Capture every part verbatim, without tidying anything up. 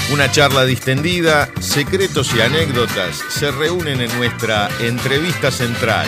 Una charla distendida, secretos y anécdotas se reúnen en nuestra entrevista central.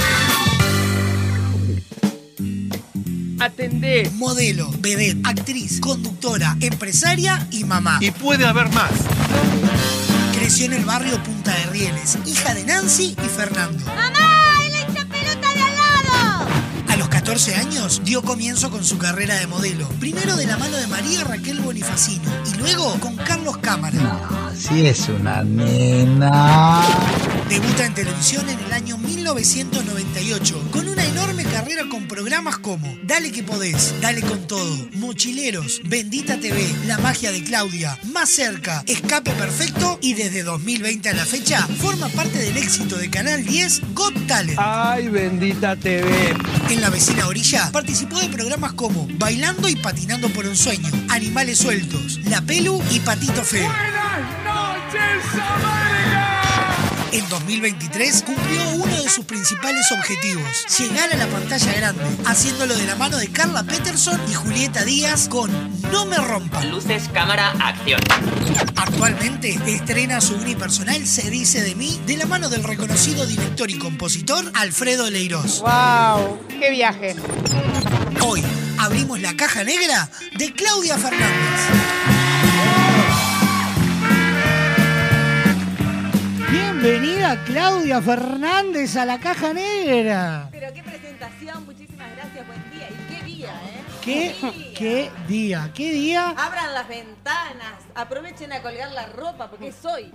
Atendé. Modelo, vedette, actriz, conductora, empresaria y mamá. Y puede haber más. Creció en el barrio Punta de Rieles, hija de Nancy y Fernando. ¡Mamá! ¡Es la hinchapelota de al lado! A los catorce años dio comienzo con su carrera de modelo. Primero de la mano de María Raquel Bonifacino y luego con Carlos Cámara. No, sí es una nena. Debuta en televisión en el año mil novecientos noventa y ocho con una enorme carrera con programas como Dale que podés, Dale con todo, Mochileros, Bendita T V, La magia de Claudia, Más cerca, Escape perfecto y desde dos mil veinte a la fecha forma parte del éxito de Canal diez Got Talent. Ay, Bendita T V. En la vecina orilla participó de programas como Bailando y patinando por un sueño, Animales sueltos, La Pelu y Patito Feo. Buenas noches, América. En dos mil veintitrés cumplió uno de sus principales objetivos, llegar a la pantalla grande, haciéndolo de la mano de Carla Peterson y Julieta Díaz con No me rompan. Luces, cámara, acción. Actualmente estrena su unipersonal Se dice de mí de la mano del reconocido director y compositor Alfredo Leirós. ¡Wow! ¡Qué viaje! Hoy abrimos la caja negra de Claudia Fernández. Bienvenida Claudia Fernández a la caja negra. Pero qué presentación, muchísimas gracias, buen día. Y qué día, ¿eh? ¿Qué, qué día? ¿Qué día? Abran las ventanas, aprovechen a colgar la ropa, porque es hoy.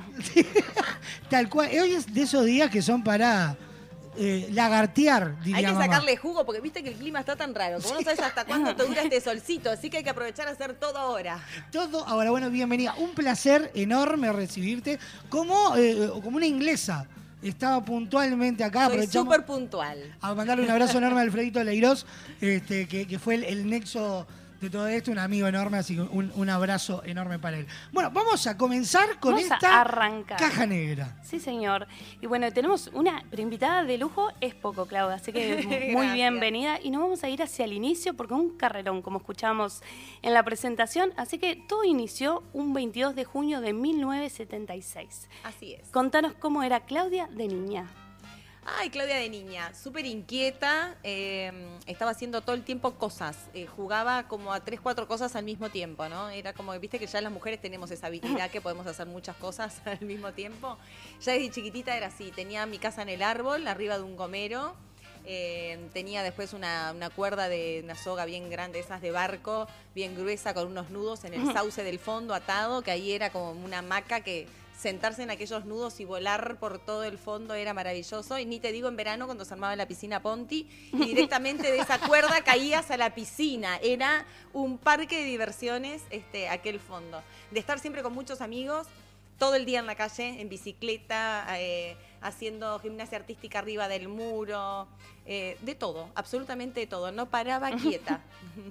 Tal cual. Hoy es de esos días que son para eh, lagartear, diría Hay que mamá. sacarle jugo, porque viste que el clima está tan raro. Como no sabes hasta cuándo te dura este solcito, así que hay que aprovechar a hacer todo ahora. Todo, ahora bueno, bienvenida. Un placer enorme recibirte como, eh, como una inglesa. Estaba puntualmente acá. Soy Aprovechamos súper puntual. a mandarle un abrazo enorme a Alfredito Leirós, este, que, que fue el, el nexo de todo esto, un amigo enorme, así que un, un abrazo enorme para él. Bueno, vamos a comenzar con Vamos a esta arrancar. caja negra. Sí, señor. Y bueno, tenemos una invitada de lujo, es poco, Claudia, así que muy Gracias. bienvenida. Y nos vamos a ir hacia el inicio, porque un carrerón, como escuchamos en la presentación. Así que todo inició un veintidós de junio de mil novecientos setenta y seis. Así es. Contanos cómo era Claudia de niña. Ay, Claudia de niña, súper inquieta, eh, estaba haciendo todo el tiempo cosas, eh, jugaba como a tres, cuatro cosas al mismo tiempo, ¿no? Era como, viste que ya las mujeres tenemos esa habilidad que podemos hacer muchas cosas al mismo tiempo. Ya desde chiquitita era así, tenía mi casa en el árbol, arriba de un gomero, eh, tenía después una, una cuerda de una soga bien grande, esas de barco, bien gruesa, con unos nudos en el sauce del fondo atado, que ahí era como una hamaca que... sentarse en aquellos nudos y volar por todo el fondo era maravilloso. Y ni te digo en verano cuando se armaba la piscina Ponti y directamente de esa cuerda caías a la piscina. Era un parque de diversiones este, aquel fondo. De estar siempre con muchos amigos, todo el día en la calle, en bicicleta, eh, haciendo gimnasia artística arriba del muro, eh, de todo, absolutamente de todo. No paraba quieta.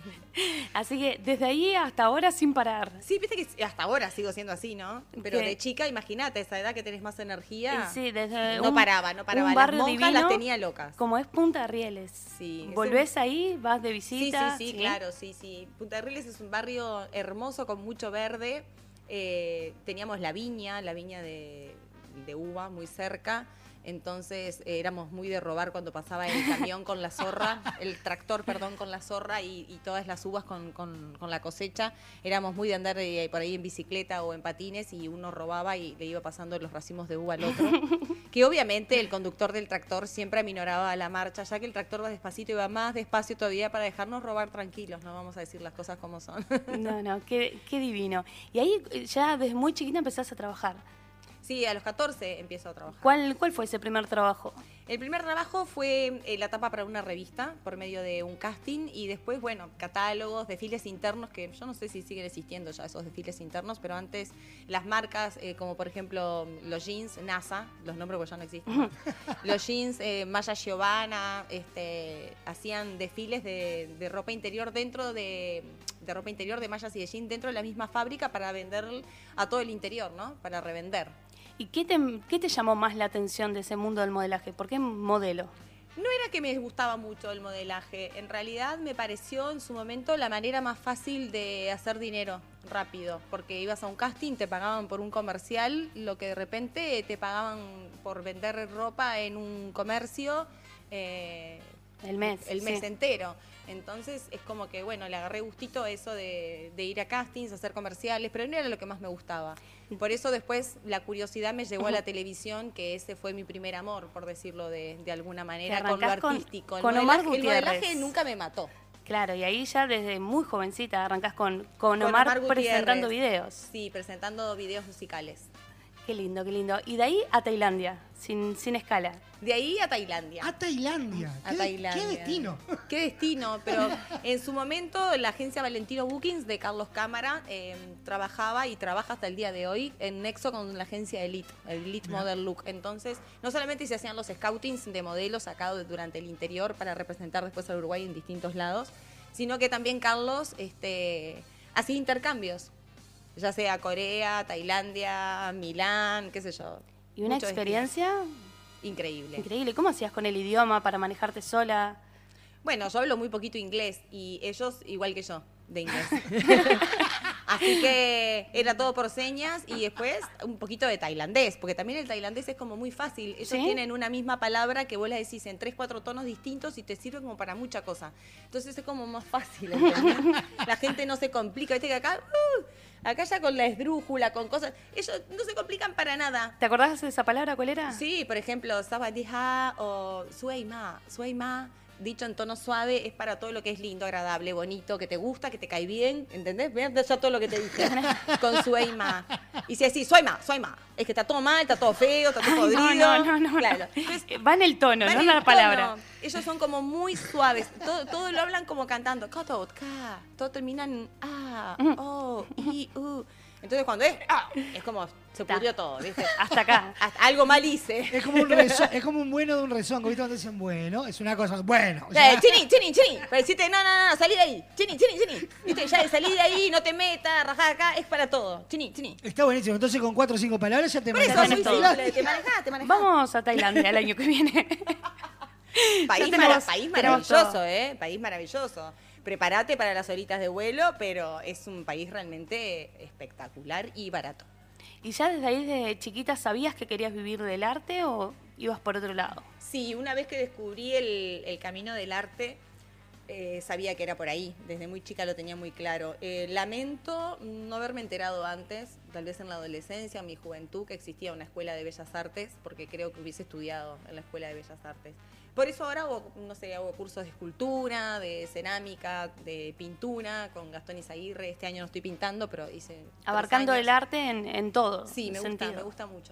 Así que desde ahí hasta ahora sin parar. Sí, viste que hasta ahora sigo siendo así, ¿no? Pero ¿Qué? de chica, imagínate, esa edad que tenés más energía. Y sí, desde no un- paraba, no paraba. un Las barrio monjas divino, las tenía locas. Como es Punta Rieles. Sí, es ¿Volvés un- ahí? ¿Vas de Sí, visita? sí, sí, claro, sí, sí. Punta Rieles es un barrio hermoso con mucho verde. Eh, teníamos la viña, la viña de, de uva muy cerca. Entonces eh, éramos muy de robar cuando pasaba el camión con la zorra, el tractor, perdón, con la zorra y, y todas las uvas con, con- con la cosecha. Éramos muy de andar eh, por ahí en bicicleta o en patines y uno robaba y le iba pasando los racimos de uva al otro. Que obviamente el conductor del tractor siempre aminoraba la marcha, ya que el tractor va despacito y va más despacio todavía para dejarnos robar tranquilos, no vamos a decir las cosas como son. No, no, qué, qué divino. Y ahí eh, ya desde muy chiquita empezás a trabajar. Sí, a los catorce empiezo a trabajar. ¿Cuál, cuál fue ese primer trabajo? El primer trabajo fue eh, la tapa para una revista por medio de un casting y después, bueno, catálogos, desfiles internos, que yo no sé si siguen existiendo ya esos desfiles internos, pero antes las marcas, eh, como por ejemplo los jeans NASA, los nombres pues ya no existen, ¿no? Los jeans eh, Maya Giovanna, este, hacían desfiles de, de ropa interior dentro de, de ropa interior, de mallas y de jeans dentro de la misma fábrica para vender a todo el interior, ¿no? Para revender. ¿Y qué te, qué te llamó más la atención de ese mundo del modelaje? ¿Por qué modelo? No era que me gustaba mucho el modelaje, en realidad me pareció en su momento la manera más fácil de hacer dinero. rápido, porque ibas a un casting, te pagaban por un comercial, lo que de repente te pagaban por vender ropa en un comercio eh, El mes. el mes sí. entero. Entonces es como que, bueno, le agarré gustito a eso de, de ir a castings, hacer comerciales, pero no era lo que más me gustaba. Por eso después la curiosidad me llevó a la televisión, que ese fue mi primer amor, por decirlo de, de alguna manera, con lo arrancás con- artístico. El con modelaje- Omar el modelaje Gutiérrez. nunca me mató. Claro, y ahí ya desde muy jovencita arrancás con, con, Con Omar, Omar Gutiérrez. presentando videos. Sí, presentando videos musicales. Qué lindo, qué lindo. Y de ahí a Tailandia, sin, sin escala. De ahí a Tailandia. A Tailandia. A ¿Qué, Tailandia. qué destino? Qué destino, pero en su momento la agencia Valentino Bookings de Carlos Cámara eh, trabajaba y trabaja hasta el día de hoy en nexo con la agencia Elite, el Elite Model Look. Entonces, no solamente se hacían los scoutings de modelos sacados durante el interior para representar después al Uruguay en distintos lados, sino que también Carlos este, hacía intercambios, ya sea Corea, Tailandia, Milán, qué sé yo. Y una Mucho experiencia destino. Increíble. increíble. ¿Cómo hacías con el idioma para manejarte sola? Bueno, yo hablo muy poquito inglés y ellos igual que yo, de inglés. Así que era todo por señas y después un poquito de tailandés, porque también el tailandés es como muy fácil. Ellos ¿Sí? tienen una misma palabra que vos la decís en tres, cuatro tonos distintos y te sirve como para mucha cosa. Entonces es como más fácil, ¿entendés? La gente no se complica, viste que acá, uh, acá ya con la esdrújula, con cosas, ellos no se complican para nada. ¿Te acordás de esa palabra? ¿Cuál era? Sí, por ejemplo, sabadija o sueima, sueima, dicho en tono suave, es para todo lo que es lindo, agradable, bonito, que te gusta, que te cae bien, ¿entendés? Vean ya todo lo que te dije con sueima. Y si así, sueima, sueima, es que está todo mal, está todo feo, está todo Ay, podrido. no, no, no, no. Claro. Entonces, Eh, Va en el tono, van no en en la tono. palabra. Ellos son como muy suaves, todo, todo lo hablan como cantando, Kotot, ka, todo termina en ah, oh, i, u. Entonces cuando es ah, es como se Ta. pudrió todo, ¿viste? Hasta acá. Hasta algo mal hice. Es como un rezo- es como un bueno de un rezongo, ¿viste? Cuando dicen bueno, es una cosa, bueno. o Eh, sea, chini, chini, chini. Para decirte, no, no, no, salí de ahí. Chini, chini, chini. Viste, ya salí de ahí, no te metas, rajá acá, es para todo. Chini, chini. está buenísimo. Entonces con cuatro o cinco palabras ya te Por eso, manejas muy en todo. simple. Te manejás, te manejás. Vamos a Tailandia el año que viene. País, Ya tenemos- mara- país tenemos maravilloso, todo. ¿eh? País maravilloso. Prepárate para las horitas de vuelo, pero es un país realmente espectacular y barato. ¿Y ya desde ahí, de chiquita, sabías que querías vivir del arte o ibas por otro lado? Sí, una vez que descubrí el, el camino del arte, eh, sabía que era por ahí. Desde muy chica lo tenía muy claro. Eh, lamento no haberme enterado antes, tal vez en la adolescencia, en mi juventud, que existía una escuela de bellas artes, porque creo que hubiese estudiado en la escuela de bellas artes. Por eso ahora hago, no sé, hago cursos de escultura, de cerámica, de pintura con Gastón Izaguirre. Este año no estoy pintando, pero hice tres Abarcando años. el arte en, en todo. Sí, me en gusta, sentido. me gusta mucho.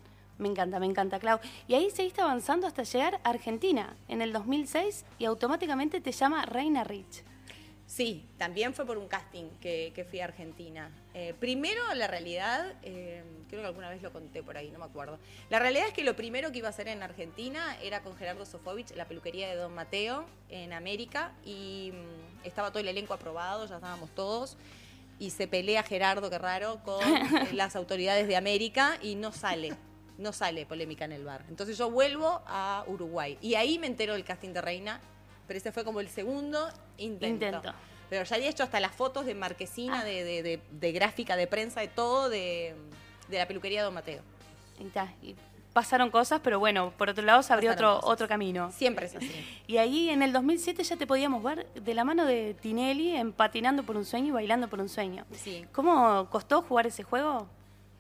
Me encanta, me encanta, Clau. Y ahí seguiste avanzando hasta llegar a Argentina en el dos mil seis y automáticamente te llama Reina Rich. Sí, también fue por un casting que, que fui a Argentina. Eh, primero, la realidad, eh, creo que alguna vez lo conté por ahí, no me acuerdo. La realidad es que lo primero que iba a hacer en Argentina era con Gerardo Sofovich, la peluquería de Don Mateo, en América, y mm, estaba todo el elenco aprobado, ya estábamos todos, y se pelea Gerardo, qué raro, con eh, las autoridades de América, y no sale. No sale polémica en el bar. Entonces yo vuelvo a Uruguay, y ahí me entero del casting de Reina, pero ese fue como el segundo intento. Intento. Pero ya había hecho hasta las fotos de marquesina, Ah. de, de, de, de gráfica, de prensa, de todo, de, de la peluquería de Don Mateo. Y, ta, y pasaron cosas, pero bueno, por otro lado se abrió Pasaron otro, cosas. otro camino. Siempre es así. Y ahí en el dos mil siete ya te podíamos ver de la mano de Tinelli en Patinando por un sueño y Bailando por un sueño. Sí. ¿Cómo costó jugar ese juego?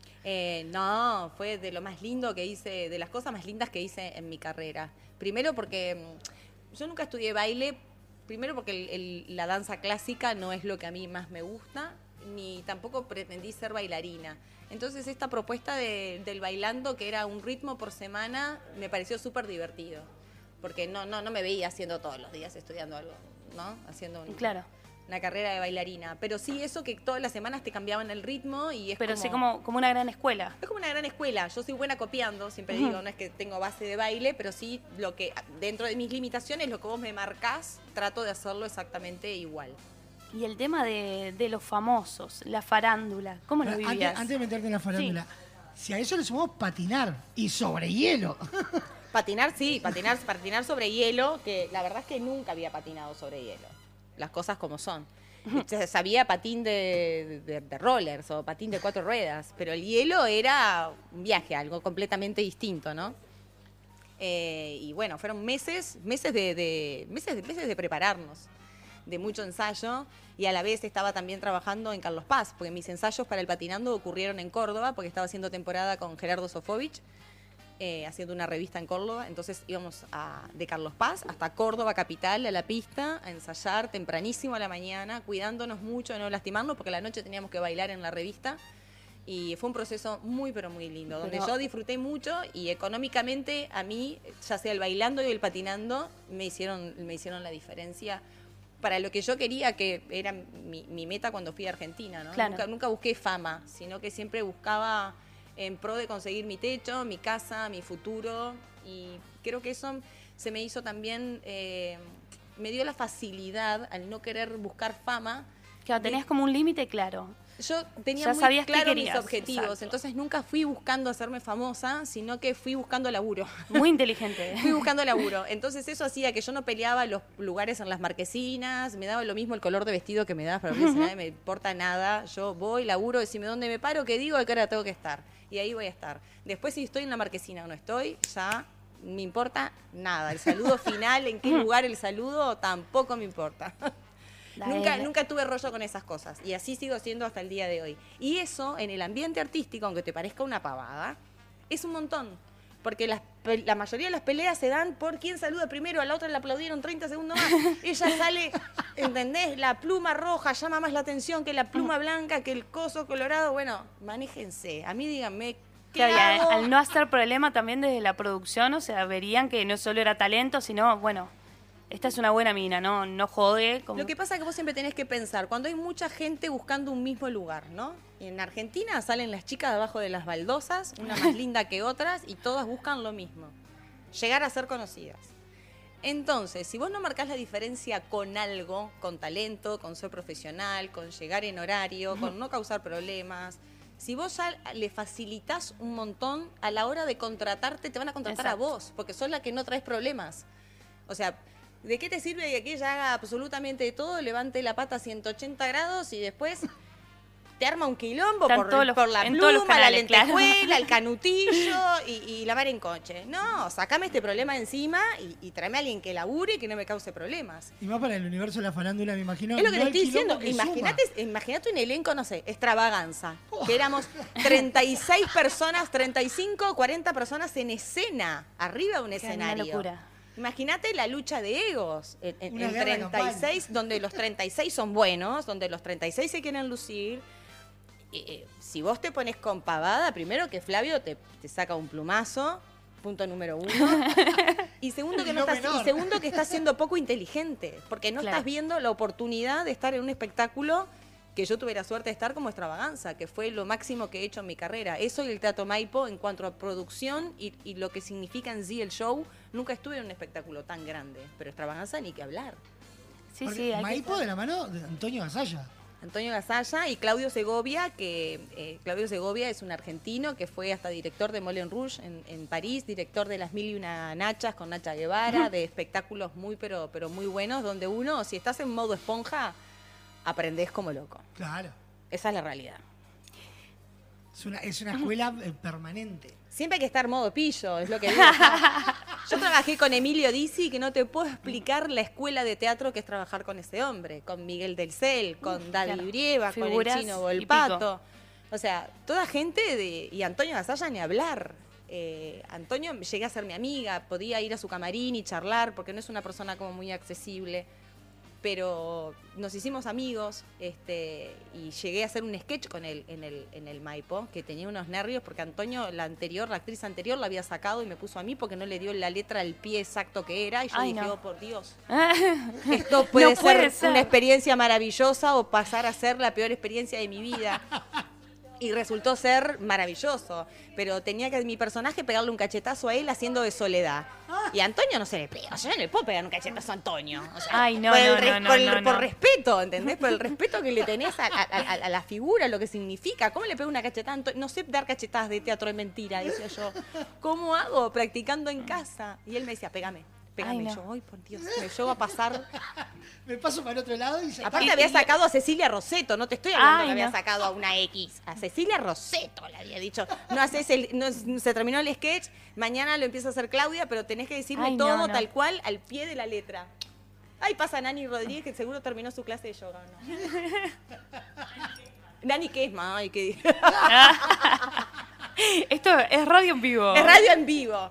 Eh, no, fue de lo más lindo que hice, de las cosas más lindas que hice en mi carrera. Primero porque mm, yo nunca estudié baile, primero porque el- el- la danza clásica no es lo que a mí más me gusta, ni tampoco pretendí ser bailarina. Entonces esta propuesta de- del bailando, que era un ritmo por semana, me pareció súper divertido. Porque no, no, no me veía haciendo todos los días estudiando algo, ¿no? Haciendo un- Claro. una carrera de bailarina. Pero sí eso que todas las semanas te cambiaban el ritmo y es Pero como... sí como, como una gran escuela. Es como una gran escuela. Yo soy buena copiando, siempre digo, no es que tengo base de baile, pero sí lo que dentro de mis limitaciones, lo que vos me marcás, trato de hacerlo exactamente igual. Y el tema de, de los famosos, la farándula, ¿cómo lo antes, vivías? antes de meterte en la farándula, si a eso le sumamos patinar y sobre hielo. Patinar, sí, patinar, patinar sobre hielo, que la verdad es que nunca había patinado sobre hielo. Las cosas como son. Sabía patín de, de, de rollers o patín de cuatro ruedas, pero el hielo era un viaje, algo completamente distinto, ¿no? Eh, y bueno, fueron meses, meses de, de meses de meses de prepararnos, de mucho ensayo, y a la vez estaba también trabajando en Carlos Paz, porque mis ensayos para el patinando ocurrieron en Córdoba, porque estaba haciendo temporada con Gerardo Sofovich, eh, haciendo una revista en Córdoba. Entonces íbamos a, de Carlos Paz hasta Córdoba capital, a la pista, a ensayar tempranísimo a la mañana, cuidándonos mucho de no lastimarnos, porque a la noche teníamos que bailar en la revista. Y fue un proceso muy, pero muy lindo, donde pero... yo disfruté mucho y económicamente a mí, ya sea el bailando y el patinando, me hicieron, me hicieron la diferencia para lo que yo quería, que era mi, mi meta cuando fui a Argentina, ¿no? Claro. Nunca, nunca busqué fama, sino que siempre buscaba en pro de conseguir mi techo, mi casa, mi futuro, y creo que eso se me hizo también, eh, me dio la facilidad al no querer buscar fama. Claro, tenías de, como un límite claro. Yo tenía ya muy claro mis querías, objetivos, exacto. Entonces nunca fui buscando hacerme famosa, sino que fui buscando laburo. Muy inteligente. Fui buscando laburo. Entonces eso hacía que yo no peleaba los lugares en las marquesinas, me daba lo mismo el color de vestido que me daba, pero a mí nadie me importa nada. Yo voy, laburo, decime dónde me paro, qué digo, a qué hora tengo que estar. Y ahí voy a estar. Después si estoy en la marquesina o no estoy, ya me importa nada. El saludo final, en qué lugar el saludo, tampoco me importa. Nunca, nunca tuve rollo con esas cosas y así sigo siendo hasta el día de hoy. Y eso, en el ambiente artístico, aunque te parezca una pavada, es un montón. Porque las, la mayoría de las peleas se dan por quién saluda primero, a la otra le aplaudieron treinta segundos más. Ella sale, ¿entendés? La pluma roja llama más la atención que la pluma blanca, que el coso colorado. Bueno, manéjense. A mí díganme, ¿qué claro, hago? Al no hacer problema también desde la producción, o sea, verían que no solo era talento, sino, bueno... Esta es una buena mina, ¿no? No jode. Como... Lo que pasa es que vos siempre tenés que pensar, cuando hay mucha gente buscando un mismo lugar, ¿no? En Argentina salen las chicas debajo de las baldosas, una más linda que otras, y todas buscan lo mismo. Llegar a ser conocidas. Entonces, si vos no marcás la diferencia con algo, con talento, con ser profesional, con llegar en horario, con no causar problemas, si vos ya le facilitás un montón, a la hora de contratarte, te van a contratar Exacto. a vos, porque sos la que no traes problemas. O sea... ¿De qué te sirve que ella haga absolutamente de todo, levante la pata a ciento ochenta grados y después te arma un quilombo por, los, por la pluma, canales, la lentejuela, claro. el canutillo y, y la mar en coche? No, sacame este problema encima y, y tráeme a alguien que labure y que no me cause problemas. Y más para el universo de la farándula, me imagino. Es lo que no le estoy diciendo. Imagínate, imagínate un elenco, no sé, extravaganza. Oh. Que éramos treinta y seis personas, treinta y cinco, cuarenta personas en escena, arriba de un escenario. Una locura. Imagínate la lucha de egos en, en, en treinta y seis, donde los treinta y seis son buenos, donde los treinta y seis se quieren lucir. Eh, si vos te pones con pavada, primero que Flavio te, te saca un plumazo, punto número uno. Y segundo que no estás, y segundo que estás siendo poco inteligente, porque no claro. estás viendo la oportunidad de estar en un espectáculo que yo tuve la suerte de estar como Extravaganza, que fue lo máximo que he hecho en mi carrera. Eso y el Teatro Maipo en cuanto a producción y, y lo que significa en sí el show. Nunca estuve en un espectáculo tan grande, pero Extravaganza ni que hablar. Sí, Porque sí, hay Maipo que... de la mano de Antonio Gasalla. Antonio Gasalla y Claudio Segovia, que eh, Claudio Segovia es un argentino que fue hasta director de Moulin Rouge en, en París, director de Las Mil y Una Nachas con Nacha Guevara, uh-huh. de espectáculos muy pero, pero muy buenos, donde uno, si estás en modo esponja, aprendés como loco. Claro. Esa es la realidad. Es una, es una escuela eh, permanente. Siempre hay que estar modo pillo, es lo que digo. Yo trabajé con Emilio Dizzi, que no te puedo explicar la escuela de teatro que es trabajar con ese hombre, con Miguel del Cel, con Daddy claro. Brieva, con el Chino Volpato. O sea, toda gente de... Y Antonio Gasalla ni hablar. Eh, Antonio, llegué a ser mi amiga, podía ir a su camarín y charlar, porque no es una persona como muy accesible. Pero nos hicimos amigos este, y llegué a hacer un sketch con él en el, en el Maipo, que tenía unos nervios porque Antonio, la anterior, la actriz anterior, la había sacado y me puso a mí porque no le dio la letra al pie exacto que era. Y yo Ay, dije, no. oh, por Dios, esto puede, no ser, puede ser una experiencia maravillosa o pasar a ser la peor experiencia de mi vida. Y resultó ser maravilloso, pero tenía que mi personaje pegarle un cachetazo a él haciendo de Soledad. Y a Antonio no se le pega, yo no le puedo pegar un cachetazo a Antonio. O sea, Ay, no, por, el no, res, no, no, por, el, no, por no. respeto, ¿entendés? Por el respeto que le tenés a, a, a, a la figura, lo que significa. ¿Cómo le pego una cachetada a Antonio? No sé dar cachetadas de teatro de mentira, decía yo. ¿Cómo hago? Practicando en casa. Y él me decía, pégame. Pégame Ay, no. yo, ay, por Dios, me llevo a pasar. Me paso para el otro lado y se Aparte Y- había y- sacado a Cecilia Roseto, no te estoy hablando Ay, que había no. sacado a una X. A Cecilia Roseto le había dicho, no haces el, no, se terminó el sketch, mañana lo empieza a hacer Claudia, pero tenés que decirme Ay, todo no, no. tal cual al pie de la letra. Ahí pasa Nani Rodríguez, que seguro terminó su clase de yoga, ¿no? Nani, ¿qué es, ma? Ay, ¿qué? Esto es radio en vivo. Es radio en vivo.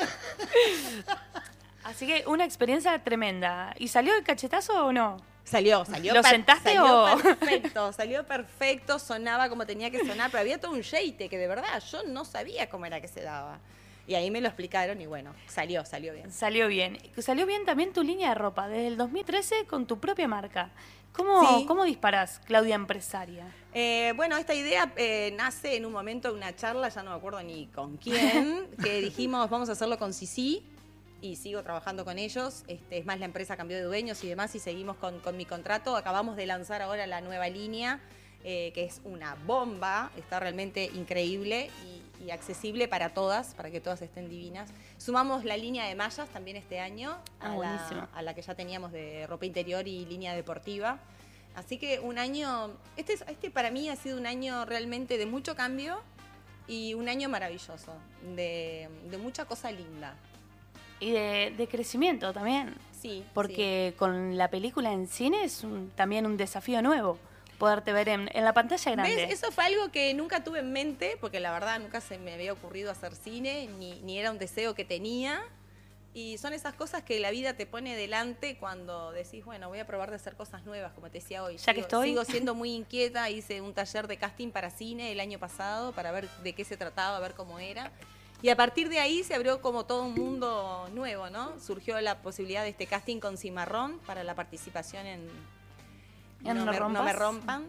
Así que una experiencia tremenda. ¿Y salió el cachetazo o no? Salió, salió. ¿Lo per- sentaste salió o...? perfecto, salió perfecto, sonaba como tenía que sonar, pero había todo un jeite que de verdad yo no sabía cómo era que se daba. Y ahí me lo explicaron y bueno, salió, salió bien. Salió bien. Salió bien también tu línea de ropa, desde el dos mil trece con tu propia marca. ¿Cómo, Sí. ¿cómo disparás, Claudia Empresaria? Eh, bueno, esta idea eh, nace en un momento de una charla, ya no me acuerdo ni con quién, que dijimos vamos a hacerlo con Sisi y sigo trabajando con ellos. Este, es más, la empresa cambió de dueños y demás y seguimos con, con mi contrato. Acabamos de lanzar ahora la nueva línea, eh, que es una bomba, está realmente increíble y, y accesible para todas, para que todas estén divinas. Sumamos la línea de mallas también este año Ah, a, buenísimo. la, a la que ya teníamos de ropa interior y línea deportiva. Así que un año, este, es- este para mí ha sido un año realmente de mucho cambio y un año maravilloso, de, de mucha cosa linda. Y de, de crecimiento también. Sí, Porque con la película en cine es un- también un desafío nuevo. Poderte ver en, en la pantalla grande. ¿Ves? Eso fue algo que nunca tuve en mente, porque la verdad nunca se me había ocurrido hacer cine, ni, ni era un deseo que tenía. Y son esas cosas que la vida te pone delante cuando decís, bueno, voy a probar de hacer cosas nuevas, como te decía hoy. Ya que Sigo- estoy. Sigo siendo muy inquieta, hice un taller de casting para cine el año pasado para ver de qué se trataba, a ver cómo era. Y a partir de ahí se abrió como todo un mundo nuevo, ¿no? Surgió la posibilidad de este casting con Cimarrón para la participación en En No me, Rompas. No me rompan.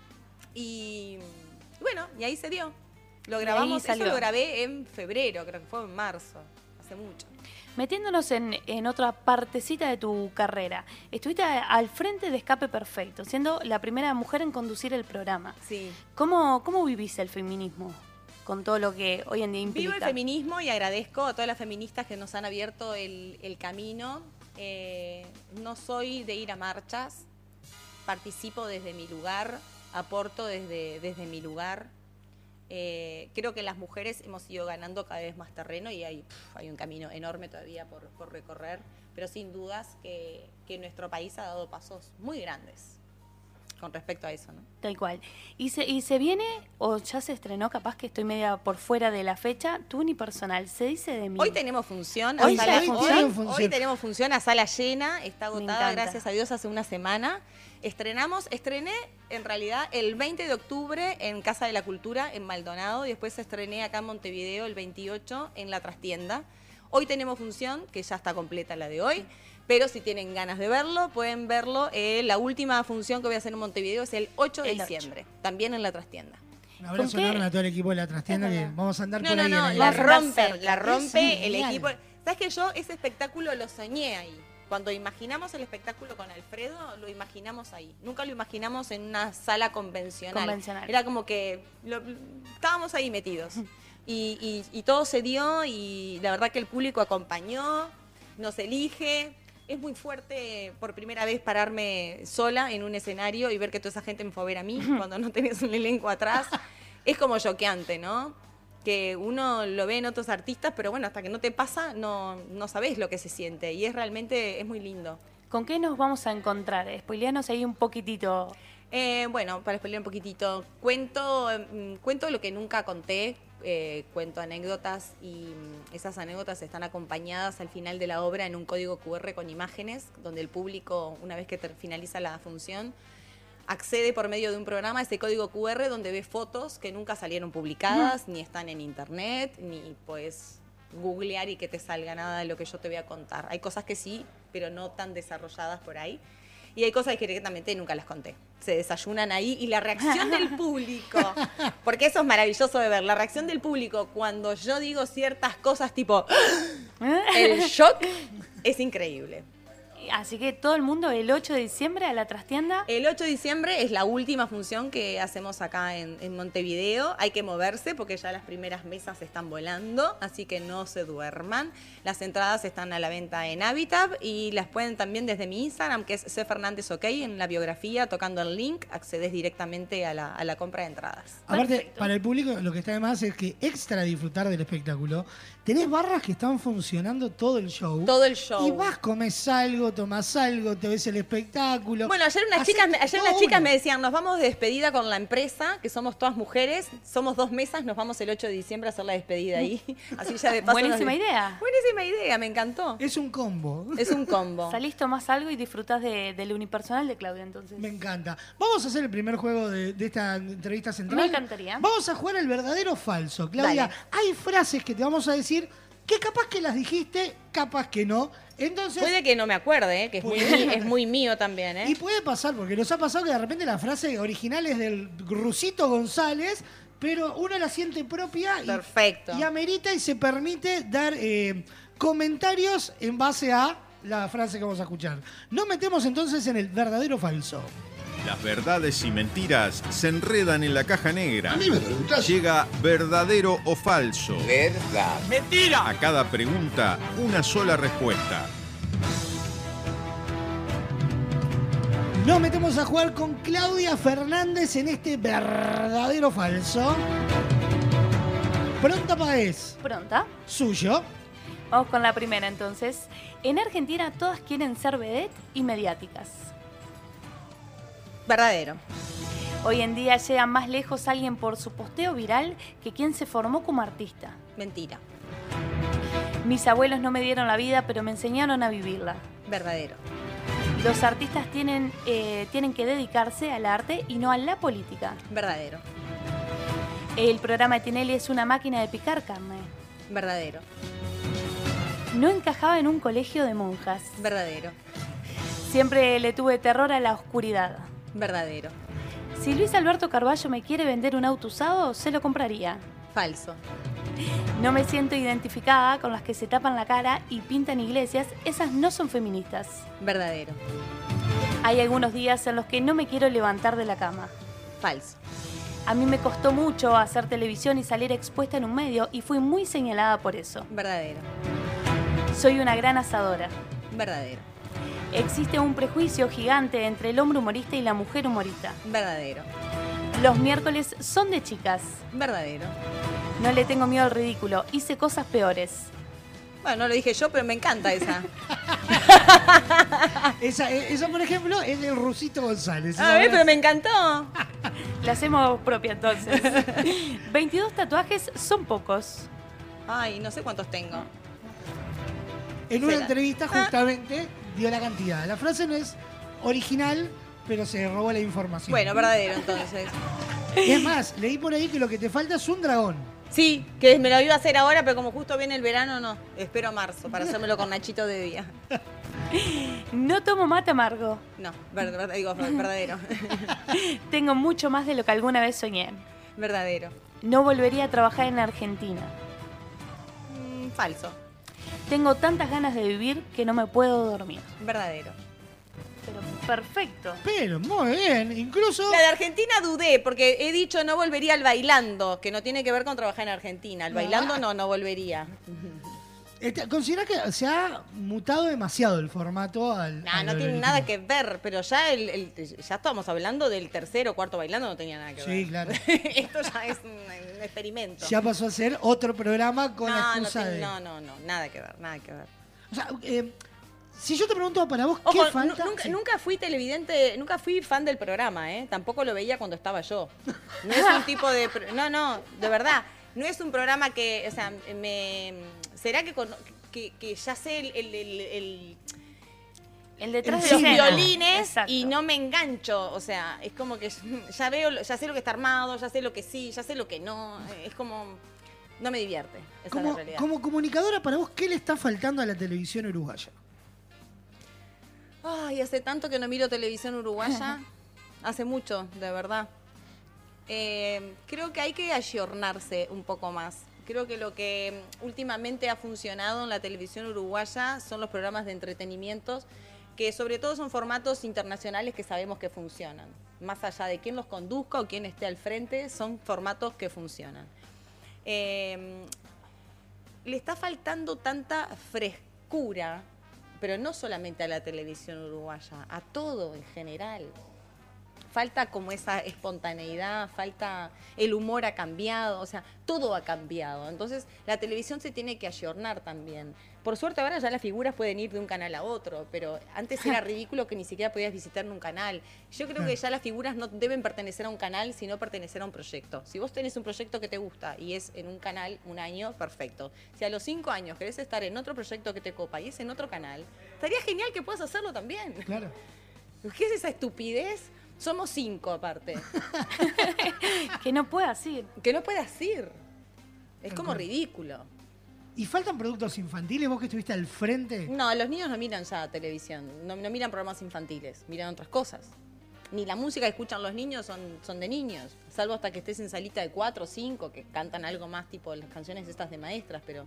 Y bueno, y ahí se dio. Lo Y grabamos, ahí eso salió. lo grabé en febrero, creo que fue en marzo, hace mucho. Metiéndonos en, en otra partecita de tu carrera, estuviste a- al frente de Escape Perfecto, siendo la primera mujer en conducir el programa. Sí. ¿Cómo, cómo vivís el feminismo con todo lo que hoy en día implica? Vivo el feminismo y agradezco a todas las feministas que nos han abierto el, el camino. Eh, no soy de ir a marchas, participo desde mi lugar, aporto desde, desde mi lugar. Eh, creo que las mujeres hemos ido ganando cada vez más terreno y hay, pf, hay un camino enorme todavía por, por recorrer, pero sin dudas que, que nuestro país ha dado pasos muy grandes con respecto a eso, ¿no? Tal cual. ¿Y se, ¿Y se viene o ya se estrenó, capaz que estoy media por fuera de la fecha, tu unipersonal? Se dice de mí. Hoy tenemos función, a Hoy sala- ya hay función. hoy- Hoy función. hoy tenemos función a sala llena, está Me agotada, encanta. gracias a Dios, hace una semana. Estrenamos, estrené en realidad el veinte de octubre en Casa de la Cultura, en Maldonado, y después estrené acá en Montevideo el veintiocho en La Trastienda. Hoy tenemos función, que ya está completa la de hoy, pero si tienen ganas de verlo, pueden verlo. Eh, la última función que voy a hacer en Montevideo es el ocho de El ocho. diciembre, también en La Trastienda. Un abrazo ¿Con qué? enorme a todo el equipo de la trastienda que vamos a andar No, por no, ahí. no, en el- la Vamos a andar rompe, cerca. la rompe Sí, el genial. equipo. ¿Sabes que yo ese espectáculo lo soñé ahí? Cuando imaginamos el espectáculo con Alfredo, lo imaginamos ahí. Nunca lo imaginamos en una sala convencional. Convencional. Era como que lo- estábamos ahí metidos. Y, y- y todo se dio y la verdad que el público acompañó, nos elige. Es muy fuerte por primera vez pararme sola en un escenario y ver que toda esa gente me fue a ver a mí cuando no tenés un elenco atrás. Es como choqueante, ¿no? Que uno lo ve en otros artistas, pero bueno, hasta que no te pasa, no, no sabés lo que se siente. Y es realmente, es muy lindo. ¿Con qué nos vamos a encontrar? Spoileanos ahí un poquitito. Eh, bueno, para spoiler un poquitito, cuento, mm, cuento lo que nunca conté, eh, cuento anécdotas y mm, esas anécdotas están acompañadas al final de la obra en un código cu erre con imágenes, donde el público, una vez que ter- finaliza la función, accede por medio de un programa a ese código cu erre donde ve fotos que nunca salieron publicadas, ni están en internet, ni puedes googlear y que te salga nada de lo que yo te voy a contar. Hay cosas que sí, pero no tan desarrolladas por ahí. Y hay cosas que directamente nunca las conté. Se desayunan ahí y la reacción del público, porque eso es maravilloso de ver, la reacción del público cuando yo digo ciertas cosas tipo, el shock es increíble. Así que todo el mundo el ocho de diciembre a la trastienda. El ocho de diciembre es la última función que hacemos acá en, en Montevideo. Hay que moverse porque ya las primeras mesas están volando, así que no se duerman. Las entradas están a la venta en Habitab y las pueden también desde mi Instagram, que es C Fernández OK, en la biografía, tocando el link, accedes directamente a la, a la compra de entradas. Aparte, Perfecto. para el público lo que está de más es que extra disfrutar del espectáculo, tenés barras que están funcionando todo el show. Todo el show. Y vas, comes algo, tomás algo, te ves el espectáculo. Bueno, ayer unas Hacés chicas, me- ayer todo unas chicas uno. me decían, nos vamos de despedida con la empresa, que somos todas mujeres, somos dos mesas, nos vamos el ocho de diciembre a hacer la despedida ahí. Así ya de paso. Buenísima nos- idea. Buenísima idea, me encantó. Es un combo. Es un combo. Salís, tomás algo y disfrutás de, del unipersonal de Claudia, entonces. Me encanta. Vamos a hacer el primer juego de, de esta entrevista central. Me encantaría. Vamos a jugar el verdadero o falso. Claudia, Dale. hay frases que te vamos a decir que capaz que las dijiste, capaz que no. Entonces, Puede que no me acuerde, ¿eh? Que es muy, Puede. es muy mío también, ¿eh? y puede pasar, porque nos ha pasado que de repente la frase original es del Rusito González, pero uno la siente propia y, Perfecto. y amerita y se permite dar eh, comentarios en base a la frase que vamos a escuchar. Nos metemos entonces en el verdadero o falso. Las verdades y mentiras se enredan en la caja negra. A mí me preguntás. Llega verdadero o falso. Verdad. ¡Mentira! A cada pregunta, una sola respuesta. Nos metemos a jugar con Claudia Fernández en este verdadero o falso. Pronta Paez, ¿Pronta? suyo. Vamos con la primera entonces. En Argentina todas quieren ser vedette y mediáticas. Verdadero. Hoy en día llega más lejos alguien por su posteo viral que quien se formó como artista. Mentira. Mis abuelos no me dieron la vida, pero me enseñaron a vivirla. Verdadero. Los artistas tienen, eh, tienen que dedicarse al arte y no a la política. Verdadero. El programa de Tinelli es una máquina de picar carne. Verdadero. No encajaba en un colegio de monjas. Verdadero. Siempre le tuve terror a la oscuridad. Verdadero. Si Luis Alberto Carballo me quiere vender un auto usado, se lo compraría. Falso. No me siento identificada con las que se tapan la cara y pintan iglesias, esas no son feministas. Verdadero. Hay algunos días en los que no me quiero levantar de la cama. Falso. A mí me costó mucho hacer televisión y salir expuesta en un medio y fui muy señalada por eso. Verdadero. Soy una gran asadora. Verdadero. Existe un prejuicio gigante entre el hombre humorista y la mujer humorista. Verdadero. Los miércoles son de chicas. Verdadero. No le tengo miedo al ridículo, hice cosas peores. Bueno, no lo dije yo, pero me encanta esa. Esa, eh, eso, por ejemplo, es del Rusito González. A ver, pero me encantó. La hacemos propia entonces. veintidós tatuajes son pocos. Ay, no sé cuántos tengo. En una Se la- entrevista Ah. justamente dio la cantidad. La frase no es original, pero se robó la información. Bueno, verdadero entonces. Es más, leí por ahí que lo que te falta es un dragón. Sí, que me lo iba a hacer ahora, pero como justo viene el verano, no. Espero a marzo para hacérmelo con Nachito de día. No tomo mate amargo. No, ver- ver- digo, verdadero. Tengo mucho más de lo que alguna vez soñé. Verdadero. No volvería a trabajar en Argentina. Mm, falso. Tengo tantas ganas de vivir que no me puedo dormir. Verdadero. Pero perfecto. Pero muy bien, incluso... La de Argentina dudé, porque he dicho no volvería al bailando, que no tiene que ver con trabajar en Argentina. Al bailando no, no volvería. Este, ¿Considerás que se ha mutado demasiado el formato al... No, al no tiene original? nada que ver, pero ya el, el- ya estamos hablando del tercero o cuarto bailando, no tenía nada que ver. Sí, claro. Esto ya es un, un experimento. Ya pasó a ser otro programa con la no, no, excusa te- de... no, no, no, nada que ver, nada que ver. O sea, eh, si yo te pregunto para vos, ¿qué Ojo, falta? nu- nunca, Sí. nunca fui televidente, nunca fui fan del programa, ¿eh? Tampoco lo veía cuando estaba yo. No es un tipo de... pro- No, no, de verdad. No es un programa que, o sea, me... ¿Será que, cono- que, que ya sé el... el- el- el- El detrás El de los escena. violines Exacto. y no me engancho, o sea, es como que ya veo, ya sé lo que está armado, ya sé lo que sí, ya sé lo que no, es como, no me divierte, esa es la Como, realidad. como comunicadora, para vos, ¿qué le está faltando a la televisión uruguaya? Ay, hace tanto que no miro televisión uruguaya, hace mucho, de verdad. Eh, creo que hay que ayornarse un poco más. Creo que lo que últimamente ha funcionado en la televisión uruguaya son los programas de entretenimientos que sobre todo son formatos internacionales que sabemos que funcionan. Más allá de quién los conduzca o quién esté al frente, son formatos que funcionan. Eh, le está faltando tanta frescura, pero no solamente a la televisión uruguaya, a todo en general. Falta como esa espontaneidad, falta el humor ha cambiado, o sea, todo ha cambiado. Entonces, la televisión se tiene que ayornar también. Por suerte ahora ya las figuras pueden ir de un canal a otro, pero antes era ridículo que ni siquiera podías visitar un canal. Yo creo que ya las figuras no deben pertenecer a un canal, sino pertenecer a un proyecto. Si vos tenés un proyecto que te gusta y es en un canal un año, perfecto. Si a los cinco años querés estar en otro proyecto que te copa y es en otro canal, estaría genial que puedas hacerlo también. Claro. ¿Qué es esa estupidez? Somos cinco aparte. Que no puedas ir. Que no puedas ir. Es Tal como cual. ridículo. ¿Y faltan productos infantiles? ¿Vos que estuviste al frente? No, los niños no miran ya televisión, no, no miran programas infantiles, miran otras cosas. Ni la música que escuchan los niños son, son de niños, salvo hasta que estés en salita de cuatro o cinco, que cantan algo más tipo las canciones estas de maestras, pero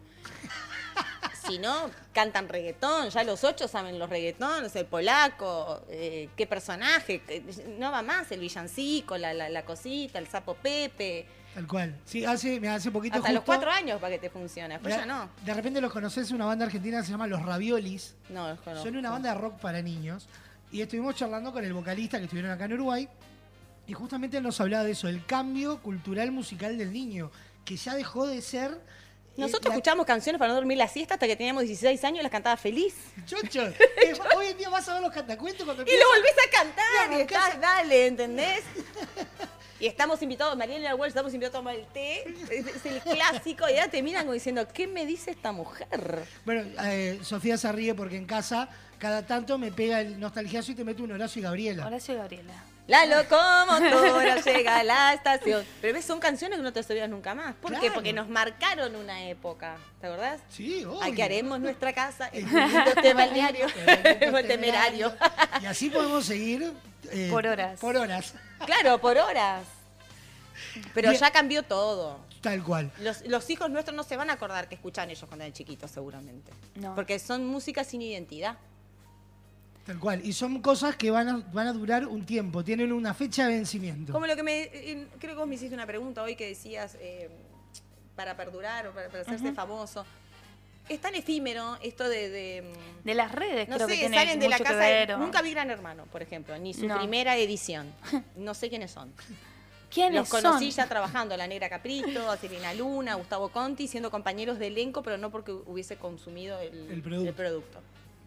si no, cantan reggaetón, ya los ocho saben los reggaetones, el polaco, eh, qué personaje, no va más, el villancico, la, la, la cosita, el sapo Pepe. Tal cual. Sí, hace, me hace poquito Hasta justo, los cuatro años para que te funcione, después de, ya no. de repente los conocés, una banda argentina que se llama Los Raviolis. No, los conozco. Son una banda de rock para niños. Y estuvimos charlando con el vocalista que estuvieron acá en Uruguay. Y justamente él nos hablaba de eso, el cambio cultural musical del niño, que ya dejó de ser... eh, Nosotros la- escuchábamos canciones para no dormir la siesta hasta que teníamos dieciséis años y las cantaba feliz. Chocho, eh, hoy en día vas a ver los cantacuentos cuando Y lo empiezan- volvés a cantar Y y arrancás estás, dale, ¿entendés? Y estamos invitados, Mariela y la Welch, estamos invitados a tomar el té, es, es el clásico, y ya te miran como diciendo, ¿qué me dice esta mujer? Bueno, eh, Sofía se ríe porque en casa cada tanto me pega el nostalgiazo y te mete un Horacio y Gabriela. Horacio y Gabriela. La locomotora llega a la estación. Pero ves, son canciones que no te las olvidas nunca más. ¿Por qué? Claro. Porque nos marcaron una época, ¿te acordás? Sí, obvio. Aquí haremos nuestra casa, el lindo tema balneario, el temerario. Y así podemos seguir... eh, Por horas. Por horas. Claro, por horas. Pero Bien. ya cambió todo. Tal cual. Los, los hijos nuestros no se van a acordar que escuchan ellos cuando eran chiquitos, seguramente. No. Porque son música sin identidad. Tal cual. Y son cosas que van a, van a durar un tiempo, tienen una fecha de vencimiento. Como lo que me... eh, creo que vos me hiciste una pregunta hoy que decías, eh, para perdurar o para, para hacerse famoso. Es tan efímero esto de... de, De las redes, no creo sé, que tiene salen de la mucho que casa... ver, de- o- Nunca vi Gran Hermano, por ejemplo, ni su No. primera edición. No sé quiénes son. ¿Quiénes Los conocí son? ya trabajando, La Negra Caprito, a Celina Luna, Gustavo Conti, siendo compañeros de elenco, pero no porque hubiese consumido el, El producto. el producto.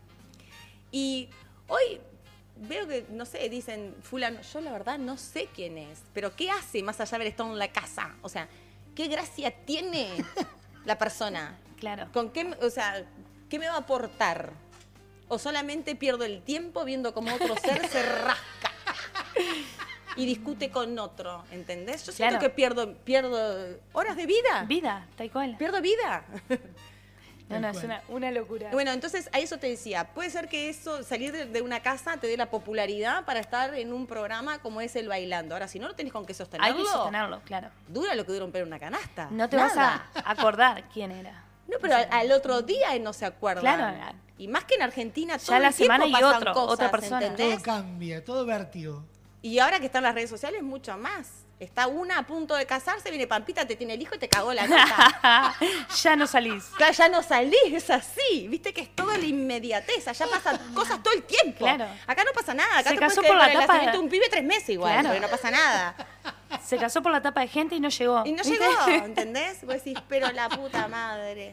Y hoy veo que, no sé, dicen, fulano, yo la verdad no sé quién es, pero ¿qué hace más allá de haber estado en la casa? O sea, ¿qué gracia tiene la persona? Claro. ¿Con qué, o sea, qué me va a aportar? ¿O solamente pierdo el tiempo viendo cómo otro ser se rasca y discute con otro, ¿entendés? Yo siento Claro. que pierdo, pierdo horas de vida. Vida, tal cual. Pierdo vida. No, no, Tal es cual. una, una locura. Bueno, entonces a eso te decía, puede ser que eso, salir de, de una casa te dé la popularidad para estar en un programa como es el Bailando. Ahora, si no lo tenés con qué sostenerlo, Hay que sostenerlo, claro. dura lo que dura un pelo en una canasta. No te Nada. vas a acordar quién era. No, pero al, al otro día no se acuerdan. Claro. Y más que en Argentina, Ya todo la el tiempo semana y pasan otro, cosas, otra persona. ¿entendés? Todo cambia, todo vértigo. Y ahora que están las redes sociales, mucho más. Está una a punto de casarse, viene Pampita, te tiene el hijo y te cagó la nota. Ya no salís. Claro, ya no salís, es así. Viste que es toda la inmediatez. Allá pasan cosas todo el tiempo. Claro. Acá no pasa nada. Acá Se te casó puedes por quedar la con el tapa nacimiento de- de un pibe tres meses igual, Claro. porque no pasa nada. Se casó por la tapa de gente y no llegó. Y no ¿Viste? llegó, ¿entendés? Vos decís, pero la puta madre.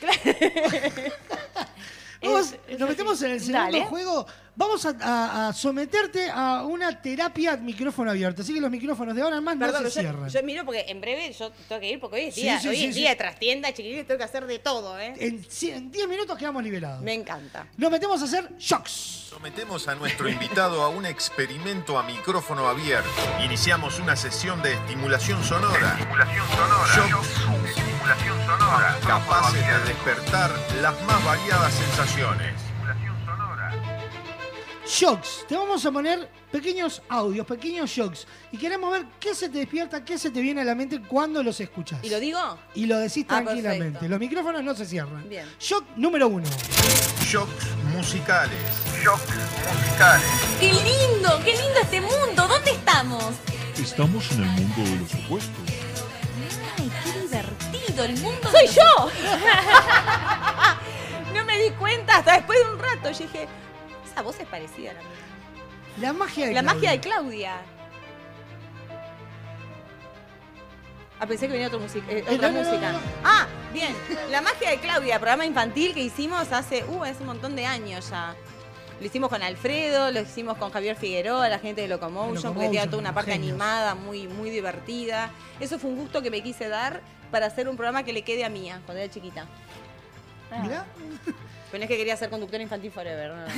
Vamos, Es- es nos metemos en el segundo Dale. juego. Vamos a, a- a someterte a una terapia micrófono abierto. Así que los micrófonos de ahora en más Perdón, no se yo, cierran. yo miro porque en breve yo tengo que ir porque hoy es Sí, día, sí, hoy sí, es sí. día de trastienda, chiquilines, tengo que hacer de todo, ¿eh? En cien- en diez minutos quedamos liberados. Me encanta. Nos metemos a hacer shocks. Sometemos a nuestro invitado a un experimento a micrófono abierto. Iniciamos una sesión de estimulación sonora. Estimulación sonora. Shocks. Estimulación sonora. Capaces de despertar las más variadas sensaciones. Estimulación sonora. Shocks. Te vamos a poner pequeños audios, pequeños shocks. Y queremos ver qué se te despierta, qué se te viene a la mente cuando los escuchas. ¿Y lo digo? Y lo decís Ah, tranquilamente. perfecto. Los micrófonos no se cierran. Bien. Shock número uno. Shocks musicales. Shock musicales. ¡Qué lindo! ¡Qué lindo este mundo! ¿Dónde estamos? Estamos en el mundo de los opuestos. ¡Ay, qué divertido! El mundo ¡Soy de los- yo! No me di cuenta hasta después de un rato. Yo dije, esa voz es parecida a la mía. La magia de La Claudia. magia de Claudia. Ah, pensé que venía otra, music- eh, Eh, otra no, no, no, música. no. Ah, bien. La magia de Claudia, programa infantil que hicimos hace, uh, hace un montón de años ya. Lo hicimos con Alfredo, lo hicimos con Javier Figueroa, la gente de Locomotion, porque Locomotion, tenía toda una parte genios. animada, muy, muy divertida. Eso fue un gusto que me quise dar para hacer un programa que le quede a Mía cuando era chiquita. Ah. Mirá. Pero no es que quería ser conductora infantil forever, no.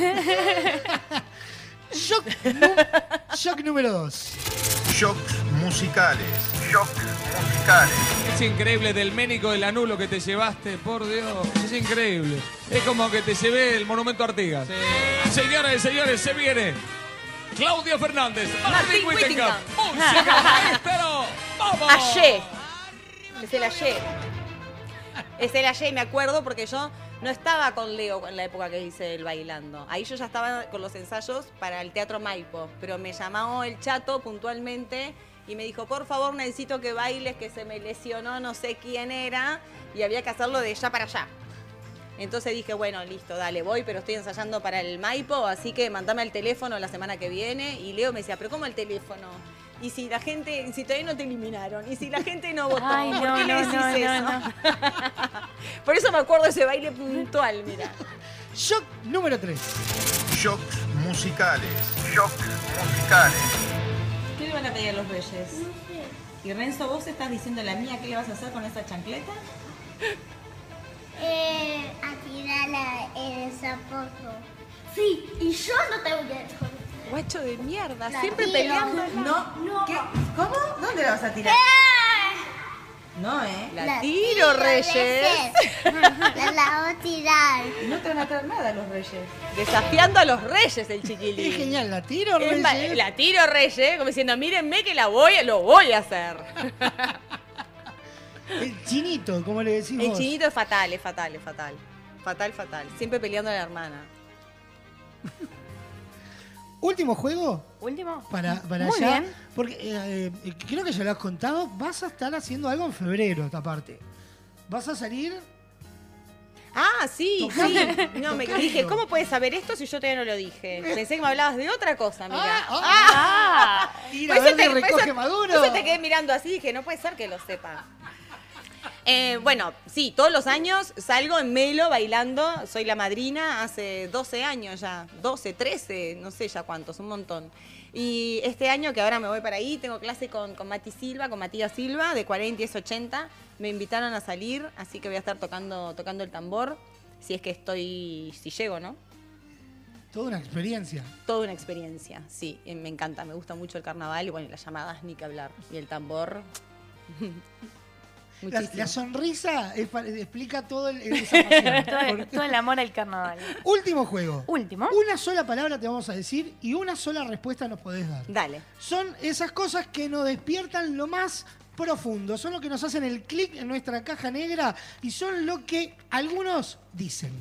Shock, nu- shock número dos. Shock musicales. Shock musicales. Es increíble del ménico del anulo que te llevaste, por Dios. Es increíble. Es como que te llevé el monumento a Artigas. Señoras y señores, se viene Claudia Fernández, Martín Martín Whittingham. Whittingham. Música maestro. ¡Vamos! Ayer. Es el ayer. Es el ayer, me acuerdo, porque yo no estaba con Leo en la época que hice el bailando. Ahí yo ya estaba con los ensayos para el Teatro Maipo. Pero me llamó el Chato puntualmente y me dijo, por favor, necesito que bailes, que se me lesionó, no sé quién era. Y había que hacerlo de allá para allá. Entonces dije, bueno, listo, dale, voy, pero estoy ensayando para el Maipo, así que mandame el teléfono la semana que viene. Y Leo me decía, ¿pero cómo el teléfono? Y si la gente, si todavía no te eliminaron, y si la gente no votó, Ay, ¿por no, qué le no, decís no, eso? no, no. Por eso me acuerdo de ese baile puntual, mira. Shock número tres. Shock musicales. Shock musicales. ¿Qué le van a pedir a los reyes? Y Renzo, vos estás diciendo la mía, ¿qué le vas a hacer con esa chancleta? Eh, a tirarla en el zapato. Sí, y yo no tengo que dejar. Guacho de mierda, La siempre tiro. peleando. No, no. ¿Qué? ¿Cómo? ¿Dónde la vas a tirar? No, ¿eh? La, tiro, tiro, Reyes. La, la voy a tirar. No te van a traer nada los Reyes. Desafiando a los Reyes el chiquilín. Es genial, la tiro, Es ma- Reyes. La tiro, Reyes, como diciendo, mírenme que la voy, lo voy a hacer. El chinito, como le decís El vos. chinito es fatal, es fatal, es fatal. Fatal, fatal. Siempre peleando a la hermana. Último juego Último. para, para Muy allá. bien. Porque eh, eh, creo que ya lo has contado. Vas a estar haciendo algo en febrero, esta parte. Vas a salir. Ah, sí, Tocando, sí. No, me tocando. dije, ¿cómo puedes saber esto si yo todavía no lo dije? Pensé que me hablabas de otra cosa, amiga. Ah, Ah, Ir Por a eso ver de te- por recoge eso- Maduro. por eso te quedé mirando así y dije, no puede ser que lo sepa. Eh, bueno, sí, todos los años salgo en Melo bailando, soy la madrina hace doce años ya, doce, trece, no sé ya cuántos, un montón. Y este año que ahora me voy para ahí, tengo clase con, con Mati Silva, con Matías Silva, de cuarenta y es ochenta, me invitaron a salir, así que voy a estar tocando, tocando el tambor, si es que estoy, si llego, ¿no? Toda una experiencia. Toda una experiencia, sí, eh, me encanta, me gusta mucho el carnaval y bueno, y las llamadas ni que hablar, y el tambor... La, Muchísimo. la sonrisa es pa- explica todo el, esa pasión. todo, el, Porque- todo el amor al carnaval. Último juego. Último. Una sola palabra te vamos a decir y una sola respuesta nos podés dar. Dale. Son esas cosas que nos despiertan lo más profundo. Son lo que nos hacen el clic en nuestra caja negra y son lo que algunos dicen.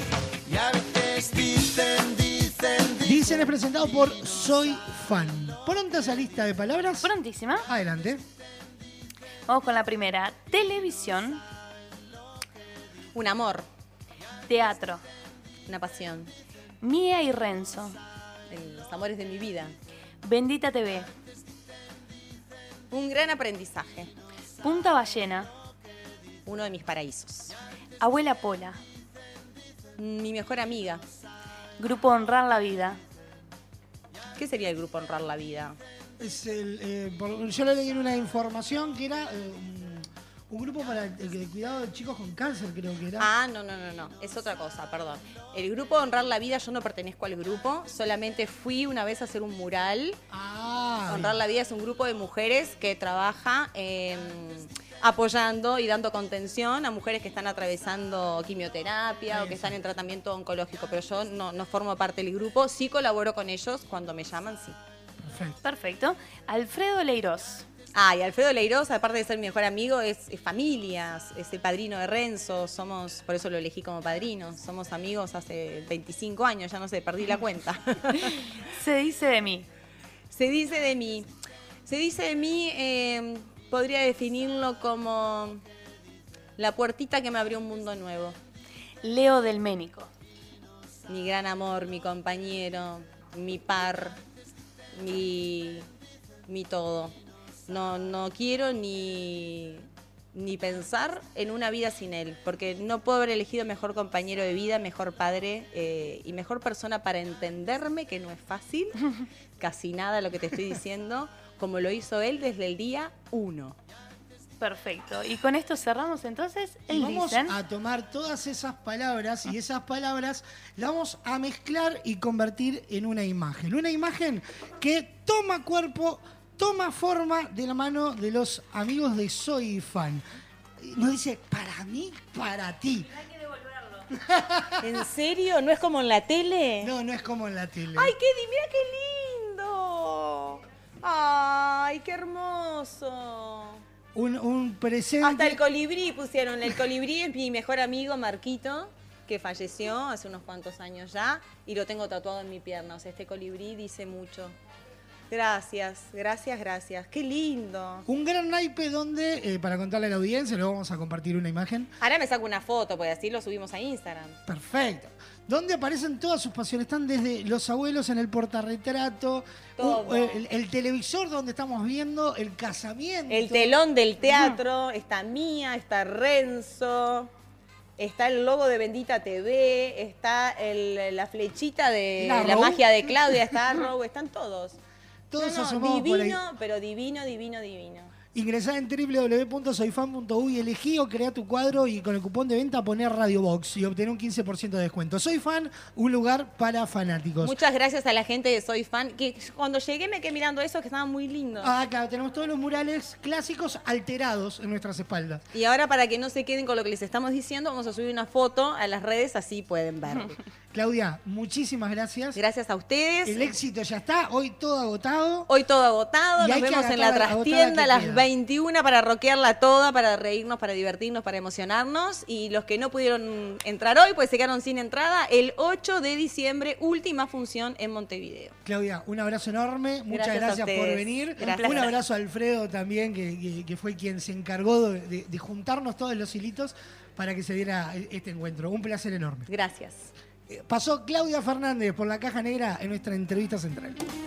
Dicen es presentado por Soy Fan. ¿Pronta esa lista de palabras? Prontísima. Adelante. Vamos con la primera. Televisión, Un amor, teatro, una pasión, Mía y Renzo, en los amores de mi vida. Bendita T V, Un gran aprendizaje, Punta Ballena, uno de mis paraísos. Abuela Pola, Mi mejor amiga. Grupo Honrar la Vida, ¿Qué sería el grupo Honrar la Vida? Es el, eh, por- yo lo leí en una información que era eh, un, un grupo para el, el cuidado de chicos con cáncer, creo que era. Ah, no, no, no, no. Es otra cosa, perdón. El grupo Honrar la Vida, yo no pertenezco al grupo, solamente fui una vez a hacer un mural. Ah, Honrar la Vida es un grupo de mujeres que trabaja eh, apoyando y dando contención a mujeres que están atravesando quimioterapia o que están en tratamiento oncológico, pero yo no, no formo parte del grupo, sí colaboro con ellos cuando me llaman, sí. perfecto. perfecto. Alfredo Leiros, Ah, y Alfredo Leiroz, aparte de ser mi mejor amigo, es, es familia, es el padrino de Renzo, somos, por eso lo elegí como padrino, somos amigos hace veinticinco años, ya no sé, perdí la cuenta. Se dice de mí. Se dice de mí. Se dice de mí, eh, podría definirlo como la puertita que me abrió un mundo nuevo. Leo del Ménico. Mi gran amor, mi compañero, mi par, mi, mi todo. No, no quiero ni, ni pensar en una vida sin él, porque no puedo haber elegido mejor compañero de vida, mejor padre eh, y mejor persona para entenderme, que no es fácil, casi nada lo que te estoy diciendo, como lo hizo él desde el día uno. Perfecto. Y con esto cerramos entonces el Vamos Dicen. a tomar todas esas palabras y esas palabras las vamos a mezclar y convertir en una imagen. Una imagen que toma cuerpo, toma forma de la mano de los amigos de Soy Fan. Nos dice, para mí, para ti. Hay que devolverlo. ¿En serio? ¿No es como en la tele? No, no es como en la tele. ¡Ay, qué, mira qué lindo! ¡Ay, qué hermoso! Un, un presente. Hasta el colibrí pusieron. El colibrí es mi mejor amigo, Marquito, que falleció hace unos cuantos años ya, y lo tengo tatuado en mi pierna. O sea, este colibrí dice mucho. Gracias, gracias, gracias. ¡Qué lindo! Un gran naipe donde, eh, para contarle a la audiencia, le vamos a compartir una imagen. Ahora me saco una foto, pues así lo subimos a Instagram. Perfecto. Donde aparecen todas sus pasiones. Están desde los abuelos en el portarretrato, Todo. un- el, el televisor donde estamos viendo el casamiento. El telón del teatro, está Mía, está Renzo, está el logo de Bendita T V, está el- la flechita de La la, Arrow. magia de Claudia, está Arrow, están todos. Todos No, no, asomados por ahí. divino, pero divino, divino, divino. Ingresá en doble u doble u doble u punto soy fan punto u y elegí o crea tu cuadro y con el cupón de venta poner Radio Box y obtener un quince por ciento de descuento. Soy Fan, un lugar para fanáticos. Muchas gracias a la gente de Soy Fan, que cuando llegué me quedé mirando eso, que estaban muy lindos. Ah, claro, tenemos todos los murales clásicos alterados en nuestras espaldas. Y ahora, para que no se queden con lo que les estamos diciendo, vamos a subir una foto a las redes, así pueden verlo. Claudia, muchísimas gracias. Gracias a ustedes. El éxito ya está, hoy todo agotado. Hoy todo agotado, Y nos hay que vemos en la agotar- agotar trastienda a la que las queda. veintiuna para rockearla toda, para reírnos, para divertirnos, para emocionarnos. Y los que no pudieron entrar hoy, pues se quedaron sin entrada, el ocho de diciembre, última función en Montevideo. Claudia, un abrazo enorme, muchas Gracias a gracias, por ustedes. venir. Gracias. Un abrazo a Alfredo también, que, que- que fue quien se encargó de, de- de juntarnos todos los hilitos para que se diera este encuentro. Un placer enorme. Gracias. Eh, Pasó Claudia Fernández por la Caja Negra en nuestra entrevista central.